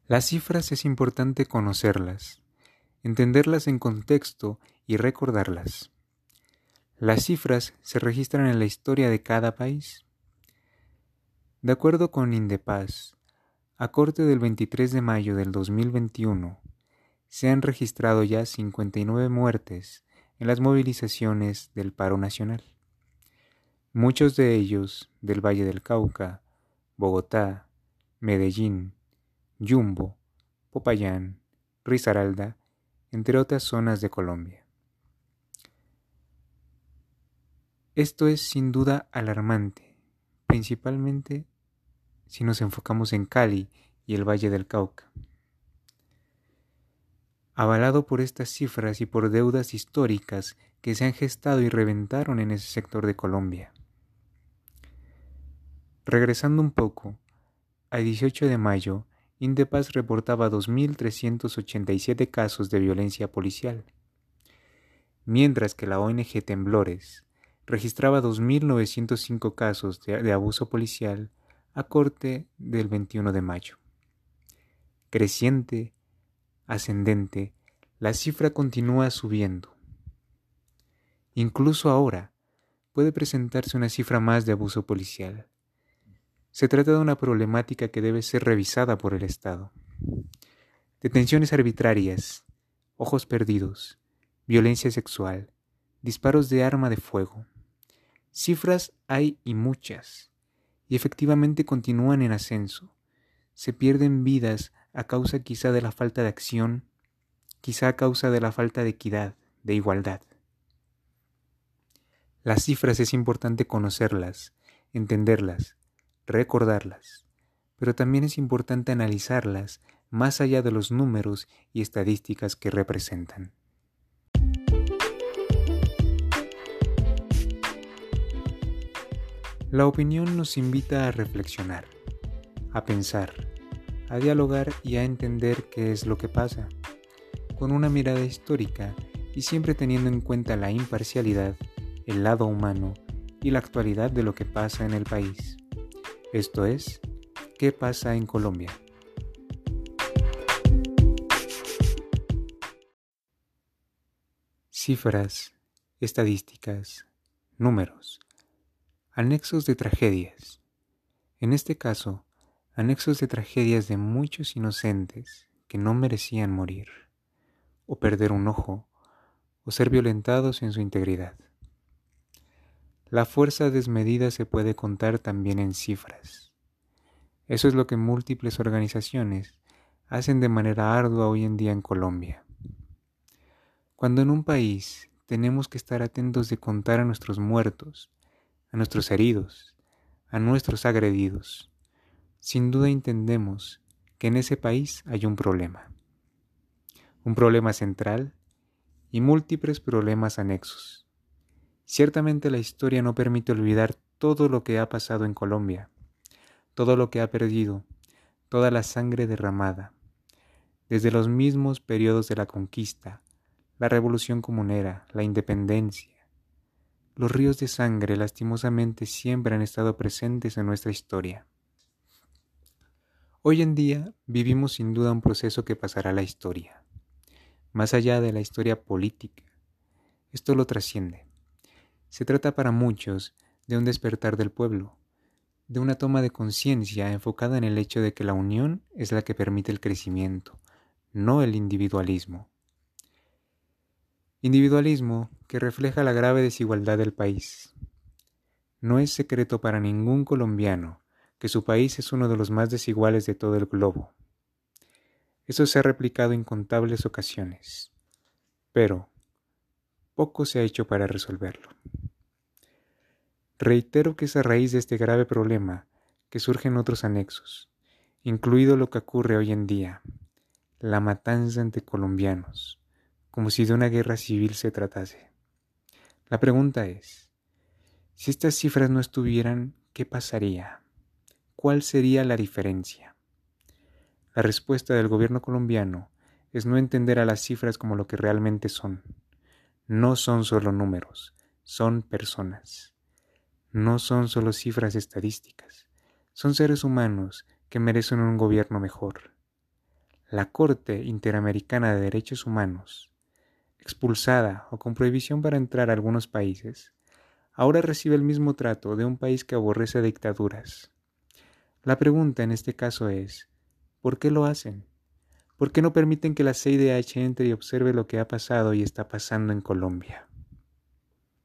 Las cifras es importante conocerlas, entenderlas en contexto y recordarlas. Las cifras se registran en la historia de cada país. De acuerdo con Indepaz, a corte del 23 de mayo del 2021, se han registrado ya 59 muertes en las movilizaciones del paro nacional. Muchos de ellos del Valle del Cauca, Bogotá, Medellín, Yumbo, Popayán, Risaralda, entre otras zonas de Colombia. Esto es sin duda alarmante, principalmente si nos enfocamos en Cali y el Valle del Cauca. Avalado por estas cifras y por deudas históricas que se han gestado y reventaron en ese sector de Colombia. Regresando un poco, a 18 de mayo, Indepaz reportaba 2.387 casos de violencia policial, mientras que la ONG Temblores registraba 2.905 casos de abuso policial a corte del 21 de mayo. Creciente, ascendente, la cifra continúa subiendo. Incluso ahora puede presentarse una cifra más de abuso policial. Se trata de una problemática que debe ser revisada por el Estado. Detenciones arbitrarias, ojos perdidos, violencia sexual, disparos de arma de fuego. Cifras hay y muchas, y efectivamente continúan en ascenso. Se pierden vidas a causa quizá de la falta de acción, quizá a causa de la falta de equidad, de igualdad. Las cifras es importante conocerlas, entenderlas, recordarlas, pero también es importante analizarlas más allá de los números y estadísticas que representan. La opinión nos invita a reflexionar, a pensar, a dialogar y a entender qué es lo que pasa, con una mirada histórica y siempre teniendo en cuenta la imparcialidad, el lado humano y la actualidad de lo que pasa en el país. Esto es, ¿qué pasa en Colombia? Cifras, estadísticas, números, anexos de tragedias. En este caso, anexos de tragedias de muchos inocentes que no merecían morir, o perder un ojo, o ser violentados en su integridad. La fuerza desmedida se puede contar también en cifras. Eso es lo que múltiples organizaciones hacen de manera ardua hoy en día en Colombia. Cuando en un país tenemos que estar atentos de contar a nuestros muertos, a nuestros heridos, a nuestros agredidos, sin duda entendemos que en ese país hay un problema central y múltiples problemas anexos. Ciertamente la historia no permite olvidar todo lo que ha pasado en Colombia, todo lo que ha perdido, toda la sangre derramada, desde los mismos periodos de la conquista, la revolución comunera, la independencia. Los ríos de sangre lastimosamente siempre han estado presentes en nuestra historia. Hoy en día vivimos sin duda un proceso que pasará a la historia, más allá de la historia política. Esto lo trasciende. Se trata para muchos de un despertar del pueblo, de una toma de conciencia enfocada en el hecho de que la unión es la que permite el crecimiento, no el individualismo. Individualismo que refleja la grave desigualdad del país. No es secreto para ningún colombiano que su país es uno de los más desiguales de todo el globo. Eso se ha replicado en incontables ocasiones, pero poco se ha hecho para resolverlo. Reitero que es a raíz de este grave problema que surgen otros anexos, incluido lo que ocurre hoy en día, la matanza entre colombianos, como si de una guerra civil se tratase. La pregunta es, si estas cifras no estuvieran, ¿qué pasaría? ¿Cuál sería la diferencia? La respuesta del gobierno colombiano es no entender a las cifras como lo que realmente son. No son solo números, son personas. No son solo cifras estadísticas, son seres humanos que merecen un gobierno mejor. la Corte Interamericana de Derechos Humanos, expulsada o con prohibición para entrar a algunos países, ahora recibe el mismo trato de un país que aborrece dictaduras. La pregunta en este caso es, ¿por qué lo hacen? ¿Por qué no permiten que la CIDH entre y observe lo que ha pasado y está pasando en Colombia?